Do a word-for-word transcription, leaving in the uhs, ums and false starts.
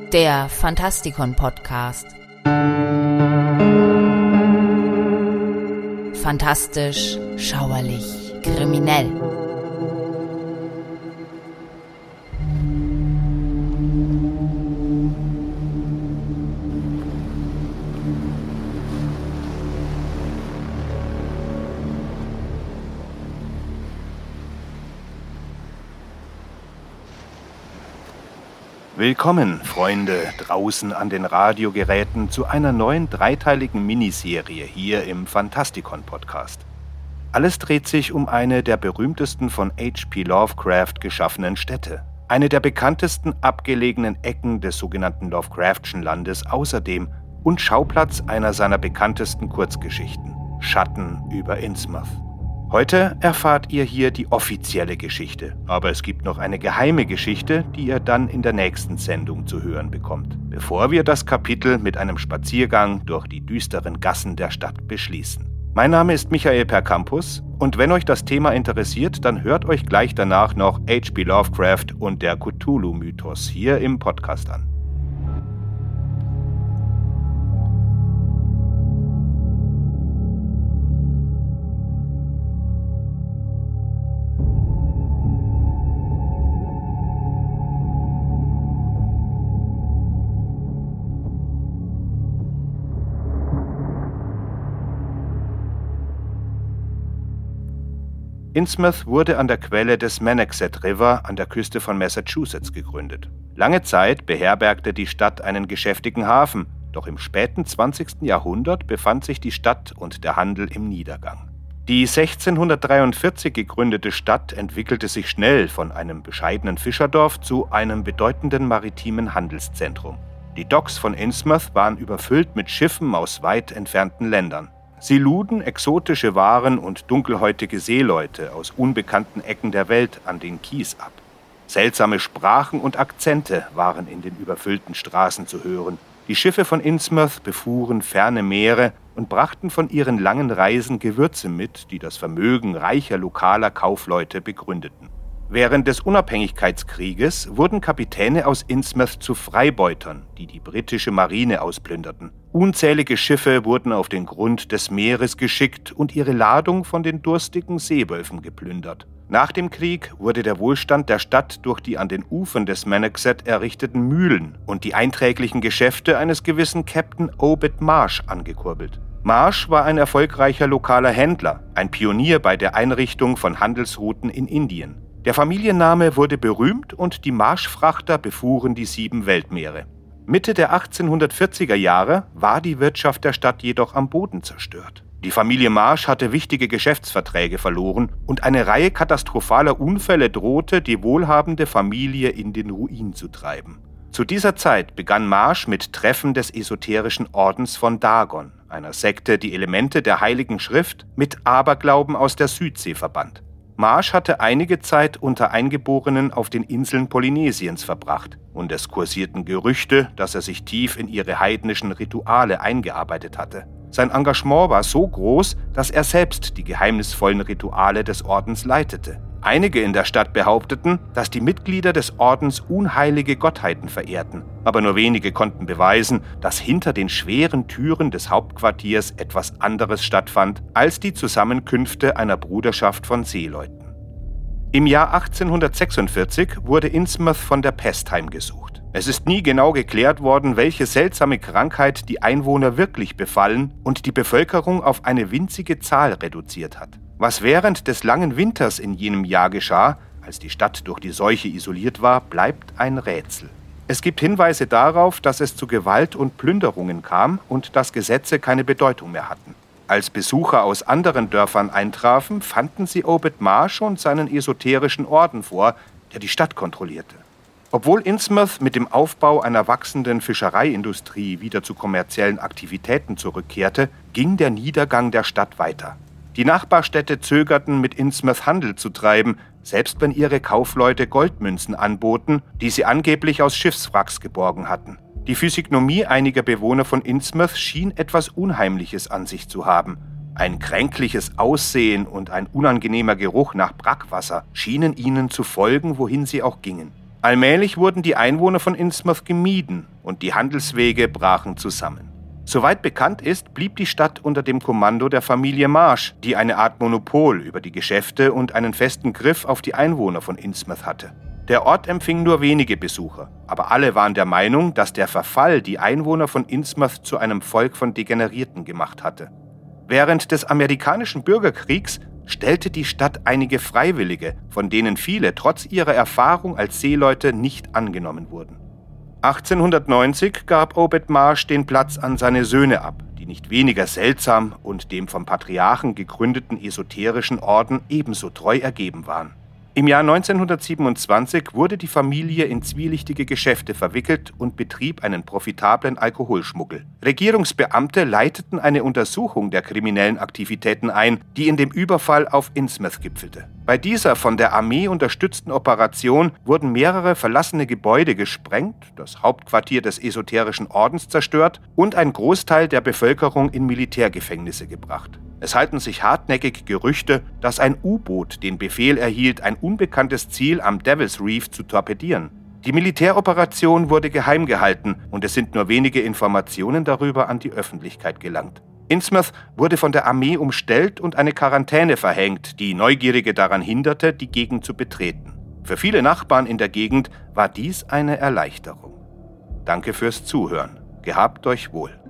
Der Fantastikon-Podcast. Fantastisch, schauerlich, kriminell. Willkommen, Freunde, draußen an den Radiogeräten zu einer neuen dreiteiligen Miniserie hier im Fantastikon-Podcast. Alles dreht sich um eine der berühmtesten von H P Lovecraft geschaffenen Städte. Eine der bekanntesten abgelegenen Ecken des sogenannten Lovecraftschen Landes außerdem und Schauplatz einer seiner bekanntesten Kurzgeschichten, Schatten über Innsmouth. Heute erfahrt ihr hier die offizielle Geschichte, aber es gibt noch eine geheime Geschichte, die ihr dann in der nächsten Sendung zu hören bekommt, bevor wir das Kapitel mit einem Spaziergang durch die düsteren Gassen der Stadt beschließen. Mein Name ist Michael Percampus und wenn euch das Thema interessiert, dann hört euch gleich danach noch H P Lovecraft und der Cthulhu-Mythos hier im Podcast an. Innsmouth wurde an der Quelle des Manaxet River an der Küste von Massachusetts gegründet. Lange Zeit beherbergte die Stadt einen geschäftigen Hafen, doch im späten zwanzigsten Jahrhundert befand sich die Stadt und der Handel im Niedergang. Die sechzehnhundertdreiundvierzig gegründete Stadt entwickelte sich schnell von einem bescheidenen Fischerdorf zu einem bedeutenden maritimen Handelszentrum. Die Docks von Innsmouth waren überfüllt mit Schiffen aus weit entfernten Ländern. Sie luden exotische Waren und dunkelhäutige Seeleute aus unbekannten Ecken der Welt an den Kies ab. Seltsame Sprachen und Akzente waren in den überfüllten Straßen zu hören. Die Schiffe von Innsmouth befuhren ferne Meere und brachten von ihren langen Reisen Gewürze mit, die das Vermögen reicher lokaler Kaufleute begründeten. Während des Unabhängigkeitskrieges wurden Kapitäne aus Innsmouth zu Freibeutern, die die britische Marine ausplünderten. Unzählige Schiffe wurden auf den Grund des Meeres geschickt und ihre Ladung von den durstigen Seewölfen geplündert. Nach dem Krieg wurde der Wohlstand der Stadt durch die an den Ufern des Manaxet errichteten Mühlen und die einträglichen Geschäfte eines gewissen Captain Obed Marsh angekurbelt. Marsh war ein erfolgreicher lokaler Händler, ein Pionier bei der Einrichtung von Handelsrouten in Indien. Der Familienname wurde berühmt und die Marsh-Frachter befuhren die sieben Weltmeere. Mitte der achtzehnhundertvierziger Jahre war die Wirtschaft der Stadt jedoch am Boden zerstört. Die Familie Marsh hatte wichtige Geschäftsverträge verloren und eine Reihe katastrophaler Unfälle drohte, die wohlhabende Familie in den Ruin zu treiben. Zu dieser Zeit begann Marsh mit Treffen des esoterischen Ordens von Dagon, einer Sekte, die Elemente der Heiligen Schrift mit Aberglauben aus der Südsee verband. Marsh hatte einige Zeit unter Eingeborenen auf den Inseln Polynesiens verbracht und es kursierten Gerüchte, dass er sich tief in ihre heidnischen Rituale eingearbeitet hatte. Sein Engagement war so groß, dass er selbst die geheimnisvollen Rituale des Ordens leitete. Einige in der Stadt behaupteten, dass die Mitglieder des Ordens unheilige Gottheiten verehrten, aber nur wenige konnten beweisen, dass hinter den schweren Türen des Hauptquartiers etwas anderes stattfand als die Zusammenkünfte einer Bruderschaft von Seeleuten. Im Jahr achtzehnhundertsechsundvierzig wurde Innsmouth von der Pest heimgesucht. Es ist nie genau geklärt worden, welche seltsame Krankheit die Einwohner wirklich befallen und die Bevölkerung auf eine winzige Zahl reduziert hat. Was während des langen Winters in jenem Jahr geschah, als die Stadt durch die Seuche isoliert war, bleibt ein Rätsel. Es gibt Hinweise darauf, dass es zu Gewalt und Plünderungen kam und dass Gesetze keine Bedeutung mehr hatten. Als Besucher aus anderen Dörfern eintrafen, fanden sie Obed Marsh und seinen esoterischen Orden vor, der die Stadt kontrollierte. Obwohl Innsmouth mit dem Aufbau einer wachsenden Fischereiindustrie wieder zu kommerziellen Aktivitäten zurückkehrte, ging der Niedergang der Stadt weiter. Die Nachbarstädte zögerten, mit Innsmouth Handel zu treiben, selbst wenn ihre Kaufleute Goldmünzen anboten, die sie angeblich aus Schiffswracks geborgen hatten. Die Physiognomie einiger Bewohner von Innsmouth schien etwas Unheimliches an sich zu haben. Ein kränkliches Aussehen und ein unangenehmer Geruch nach Brackwasser schienen ihnen zu folgen, wohin sie auch gingen. Allmählich wurden die Einwohner von Innsmouth gemieden und die Handelswege brachen zusammen. Soweit bekannt ist, blieb die Stadt unter dem Kommando der Familie Marsh, die eine Art Monopol über die Geschäfte und einen festen Griff auf die Einwohner von Innsmouth hatte. Der Ort empfing nur wenige Besucher, aber alle waren der Meinung, dass der Verfall die Einwohner von Innsmouth zu einem Volk von Degenerierten gemacht hatte. Während des amerikanischen Bürgerkriegs stellte die Stadt einige Freiwillige, von denen viele trotz ihrer Erfahrung als Seeleute nicht angenommen wurden. achtzehnhundertneunzig gab Obed Marsh den Platz an seine Söhne ab, die nicht weniger seltsam und dem vom Patriarchen gegründeten esoterischen Orden ebenso treu ergeben waren. Im Jahr neunzehnhundertsiebenundzwanzig wurde die Familie in zwielichtige Geschäfte verwickelt und betrieb einen profitablen Alkoholschmuggel. Regierungsbeamte leiteten eine Untersuchung der kriminellen Aktivitäten ein, die in dem Überfall auf Innsmouth gipfelte. Bei dieser von der Armee unterstützten Operation wurden mehrere verlassene Gebäude gesprengt, das Hauptquartier des esoterischen Ordens zerstört und ein Großteil der Bevölkerung in Militärgefängnisse gebracht. Es halten sich hartnäckig Gerüchte, dass ein U-Boot den Befehl erhielt, ein unbekanntes Ziel am Devil's Reef zu torpedieren. Die Militäroperation wurde geheim gehalten und es sind nur wenige Informationen darüber an die Öffentlichkeit gelangt. Innsmouth wurde von der Armee umstellt und eine Quarantäne verhängt, die Neugierige daran hinderte, die Gegend zu betreten. Für viele Nachbarn in der Gegend war dies eine Erleichterung. Danke fürs Zuhören. Gehabt euch wohl.